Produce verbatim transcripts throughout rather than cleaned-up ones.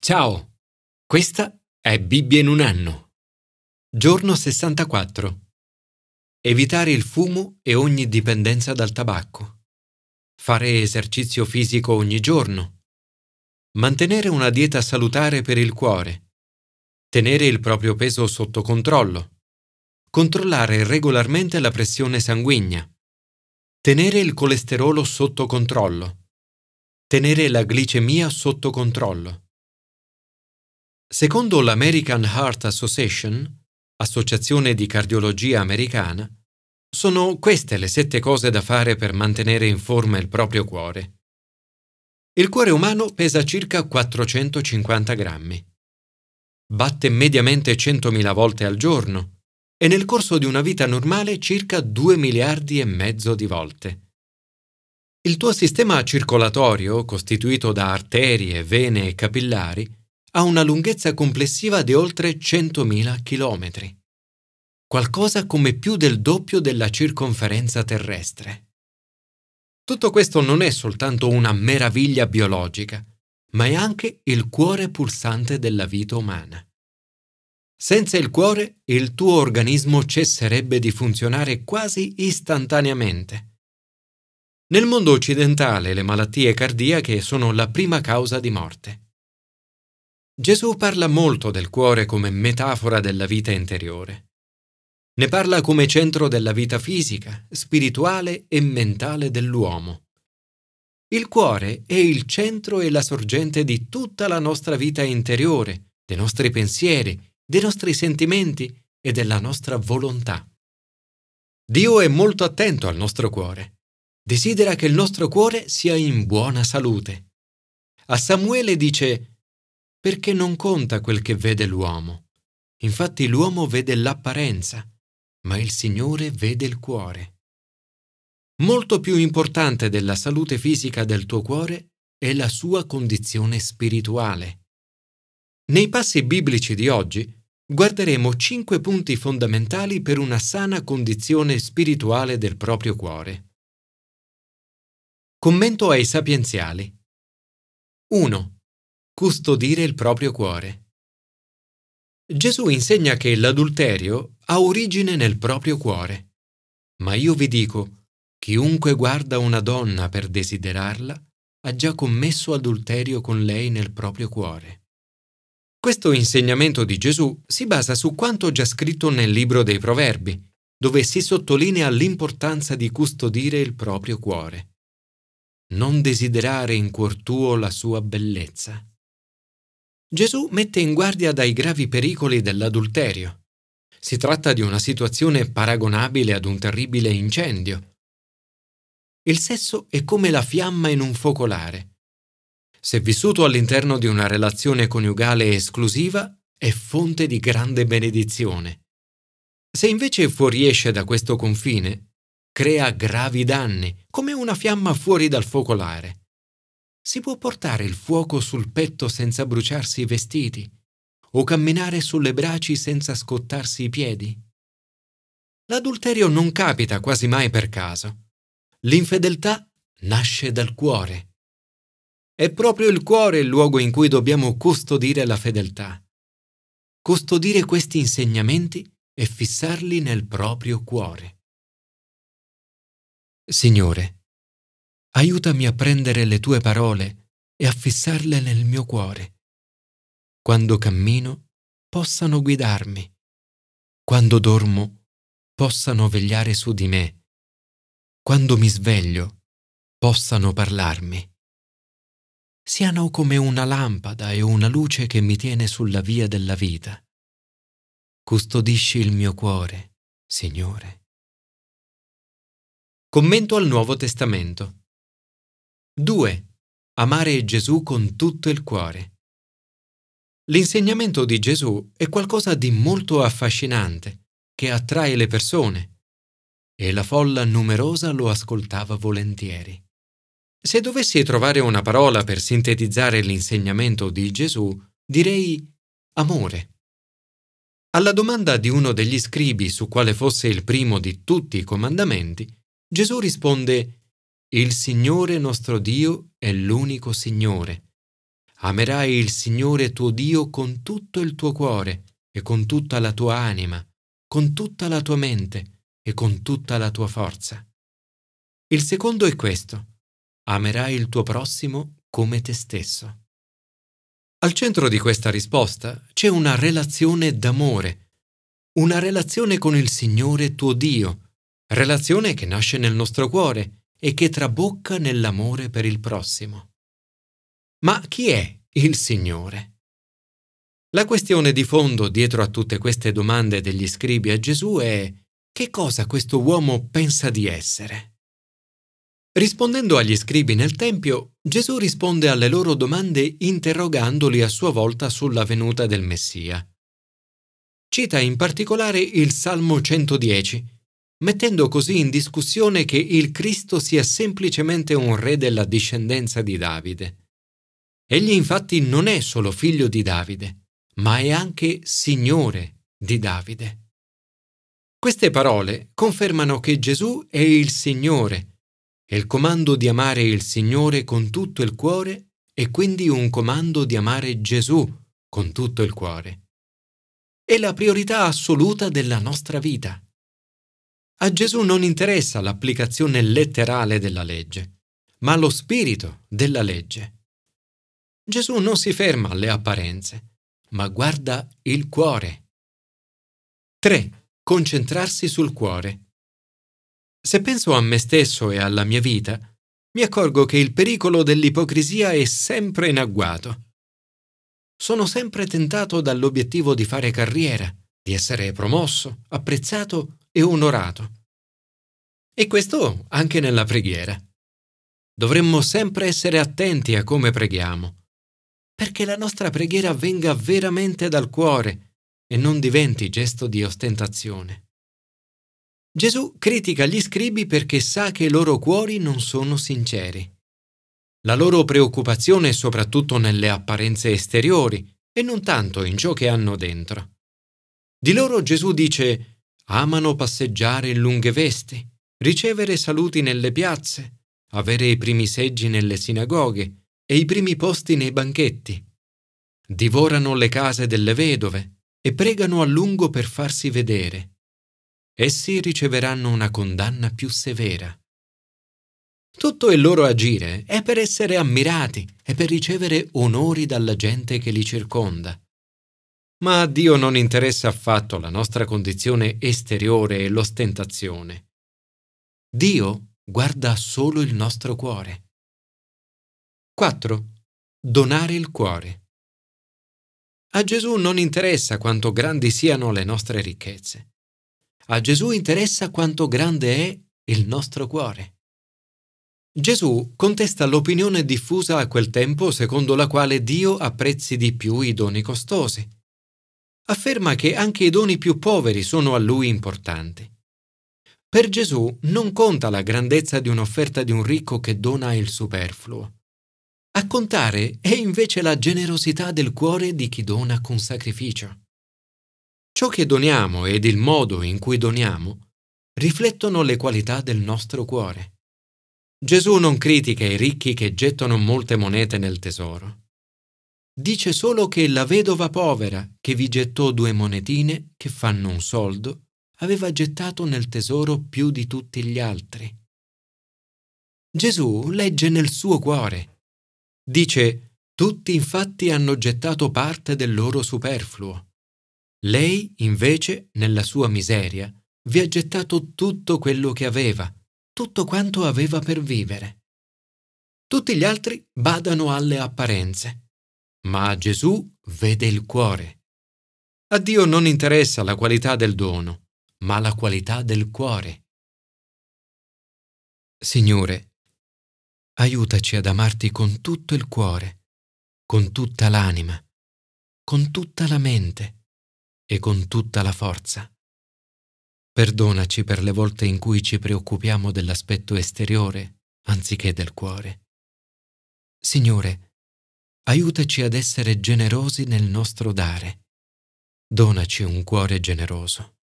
Ciao, questa è Bibbia in un anno. Giorno sessantaquattro. Evitare il fumo e ogni dipendenza dal tabacco. Fare esercizio fisico ogni giorno. Mantenere una dieta salutare per il cuore. Tenere il proprio peso sotto controllo. Controllare regolarmente la pressione sanguigna. Tenere il colesterolo sotto controllo. Tenere la glicemia sotto controllo. Secondo l'American Heart Association, associazione di cardiologia americana, sono queste le sette cose da fare per mantenere in forma il proprio cuore. Il cuore umano pesa circa quattrocentocinquanta grammi. Batte mediamente centomila volte al giorno e nel corso di una vita normale circa due miliardi e mezzo di volte. Il tuo sistema circolatorio, costituito da arterie, vene e capillari, ha una lunghezza complessiva di oltre centomila chilometri, qualcosa come più del doppio della circonferenza terrestre. Tutto questo non è soltanto una meraviglia biologica, ma è anche il cuore pulsante della vita umana. Senza il cuore, il tuo organismo cesserebbe di funzionare quasi istantaneamente. Nel mondo occidentale le malattie cardiache sono la prima causa di morte. Gesù parla molto del cuore come metafora della vita interiore. Ne parla come centro della vita fisica, spirituale e mentale dell'uomo. Il cuore è il centro e la sorgente di tutta la nostra vita interiore, dei nostri pensieri, dei nostri sentimenti e della nostra volontà. Dio è molto attento al nostro cuore. Desidera che il nostro cuore sia in buona salute. A Samuele dice: perché non conta quel che vede l'uomo. Infatti l'uomo vede l'apparenza, ma il Signore vede il cuore. Molto più importante della salute fisica del tuo cuore è la sua condizione spirituale. Nei passi biblici di oggi guarderemo cinque punti fondamentali per una sana condizione spirituale del proprio cuore. Commento ai sapienziali. uno. Custodire il proprio cuore. Gesù insegna che l'adulterio ha origine nel proprio cuore. Ma io vi dico, chiunque guarda una donna per desiderarla ha già commesso adulterio con lei nel proprio cuore. Questo insegnamento di Gesù si basa su quanto già scritto nel libro dei Proverbi, dove si sottolinea l'importanza di custodire il proprio cuore. Non desiderare in cuor tuo la sua bellezza. Gesù mette in guardia dai gravi pericoli dell'adulterio. Si tratta di una situazione paragonabile ad un terribile incendio. Il sesso è come la fiamma in un focolare. Se vissuto all'interno di una relazione coniugale esclusiva, è fonte di grande benedizione. Se invece fuoriesce da questo confine, crea gravi danni, come una fiamma fuori dal focolare. Si può portare il fuoco sul petto senza bruciarsi i vestiti o camminare sulle braci senza scottarsi i piedi? L'adulterio non capita quasi mai per caso. L'infedeltà nasce dal cuore. È proprio il cuore il luogo in cui dobbiamo custodire la fedeltà. Custodire questi insegnamenti e fissarli nel proprio cuore. Signore, aiutami a prendere le tue parole e a fissarle nel mio cuore. Quando cammino, possano guidarmi. Quando dormo, possano vegliare su di me. Quando mi sveglio, possano parlarmi. Siano come una lampada e una luce che mi tiene sulla via della vita. Custodisci il mio cuore, Signore. Commento al Nuovo Testamento. due. Amare Gesù con tutto il cuore. L'insegnamento di Gesù è qualcosa di molto affascinante, che attrae le persone, e la folla numerosa lo ascoltava volentieri. Se dovessi trovare una parola per sintetizzare l'insegnamento di Gesù, direi amore. Alla domanda di uno degli scribi su quale fosse il primo di tutti i comandamenti, Gesù risponde: Il Signore nostro Dio è l'unico Signore. Amerai il Signore tuo Dio con tutto il tuo cuore e con tutta la tua anima, con tutta la tua mente e con tutta la tua forza. Il secondo è questo: amerai il tuo prossimo come te stesso. Al centro di questa risposta c'è una relazione d'amore, una relazione con il Signore tuo Dio, relazione che nasce nel nostro cuore e che trabocca nell'amore per il prossimo. Ma chi è il Signore? La questione di fondo dietro a tutte queste domande degli scribi a Gesù è: che cosa questo uomo pensa di essere? Rispondendo agli scribi nel Tempio, Gesù risponde alle loro domande interrogandoli a sua volta sulla venuta del Messia. Cita in particolare il Salmo centodieci, mettendo così in discussione che il Cristo sia semplicemente un re della discendenza di Davide. Egli infatti non è solo figlio di Davide, ma è anche Signore di Davide. Queste parole confermano che Gesù è il Signore e il comando di amare il Signore con tutto il cuore è quindi un comando di amare Gesù con tutto il cuore. È la priorità assoluta della nostra vita. A Gesù non interessa l'applicazione letterale della legge, ma lo spirito della legge. Gesù non si ferma alle apparenze, ma guarda il cuore. tre. Concentrarsi sul cuore. Se penso a me stesso e alla mia vita, mi accorgo che il pericolo dell'ipocrisia è sempre in agguato. Sono sempre tentato dall'obiettivo di fare carriera, di essere promosso, apprezzato e onorato. E questo anche nella preghiera. Dovremmo sempre essere attenti a come preghiamo, perché la nostra preghiera venga veramente dal cuore e non diventi gesto di ostentazione. Gesù critica gli scribi perché sa che i loro cuori non sono sinceri. La loro preoccupazione è soprattutto nelle apparenze esteriori e non tanto in ciò che hanno dentro. Di loro Gesù dice: amano passeggiare in lunghe vesti, ricevere saluti nelle piazze, avere i primi seggi nelle sinagoghe e i primi posti nei banchetti. Divorano le case delle vedove e pregano a lungo per farsi vedere. Essi riceveranno una condanna più severa. Tutto il loro agire è per essere ammirati e per ricevere onori dalla gente che li circonda. Ma a Dio non interessa affatto la nostra condizione esteriore e l'ostentazione. Dio guarda solo il nostro cuore. quattro. Donare il cuore. A Gesù non interessa quanto grandi siano le nostre ricchezze. A Gesù interessa quanto grande è il nostro cuore. Gesù contesta l'opinione diffusa a quel tempo secondo la quale Dio apprezzi di più i doni costosi. Afferma che anche i doni più poveri sono a Lui importanti. Per Gesù non conta la grandezza di un'offerta di un ricco che dona il superfluo. A contare è invece la generosità del cuore di chi dona con sacrificio. Ciò che doniamo ed il modo in cui doniamo riflettono le qualità del nostro cuore. Gesù non critica i ricchi che gettano molte monete nel tesoro. Dice solo che la vedova povera che vi gettò due monetine che fanno un soldo aveva gettato nel tesoro più di tutti gli altri. Gesù legge nel suo cuore. Dice: tutti infatti hanno gettato parte del loro superfluo. Lei, invece, nella sua miseria, vi ha gettato tutto quello che aveva, tutto quanto aveva per vivere. Tutti gli altri badano alle apparenze, ma Gesù vede il cuore. A Dio non interessa la qualità del dono, ma la qualità del cuore. Signore, aiutaci ad amarti con tutto il cuore, con tutta l'anima, con tutta la mente e con tutta la forza. Perdonaci per le volte in cui ci preoccupiamo dell'aspetto esteriore anziché del cuore. Signore, aiutaci ad essere generosi nel nostro dare. Donaci un cuore generoso.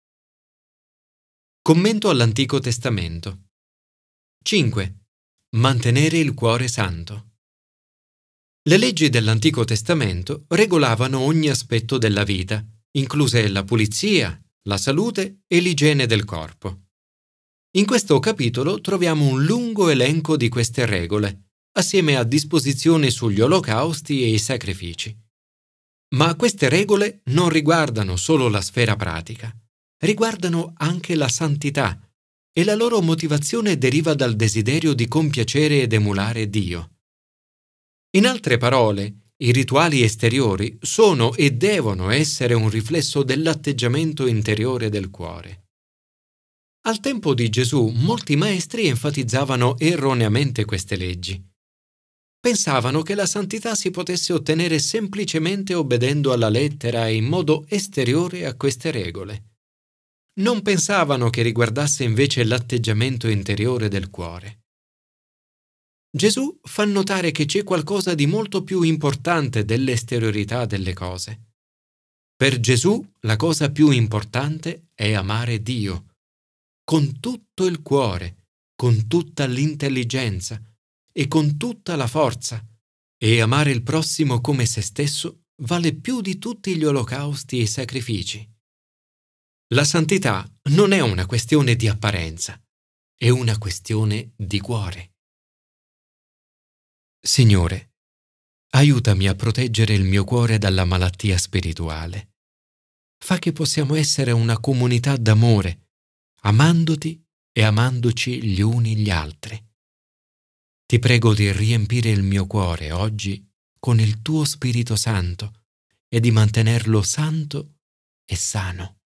Commento all'Antico Testamento. cinque. Mantenere il cuore santo. Le leggi dell'Antico Testamento regolavano ogni aspetto della vita, incluse la pulizia, la salute e l'igiene del corpo. In questo capitolo troviamo un lungo elenco di queste regole, assieme a disposizioni sugli olocausti e i sacrifici. Ma queste regole non riguardano solo la sfera pratica, riguardano anche la santità, e la loro motivazione deriva dal desiderio di compiacere ed emulare Dio. In altre parole, i rituali esteriori sono e devono essere un riflesso dell'atteggiamento interiore del cuore. Al tempo di Gesù, molti maestri enfatizzavano erroneamente queste leggi. Pensavano che la santità si potesse ottenere semplicemente obbedendo alla lettera e in modo esteriore a queste regole. Non pensavano che riguardasse invece l'atteggiamento interiore del cuore. Gesù fa notare che c'è qualcosa di molto più importante dell'esteriorità delle cose. Per Gesù la cosa più importante è amare Dio, con tutto il cuore, con tutta l'intelligenza e con tutta la forza, e amare il prossimo come se stesso vale più di tutti gli olocausti e i sacrifici. La santità non è una questione di apparenza, è una questione di cuore. Signore, aiutami a proteggere il mio cuore dalla malattia spirituale. Fa che possiamo essere una comunità d'amore, amandoti e amandoci gli uni gli altri. Ti prego di riempire il mio cuore oggi con il tuo Spirito Santo e di mantenerlo santo e sano.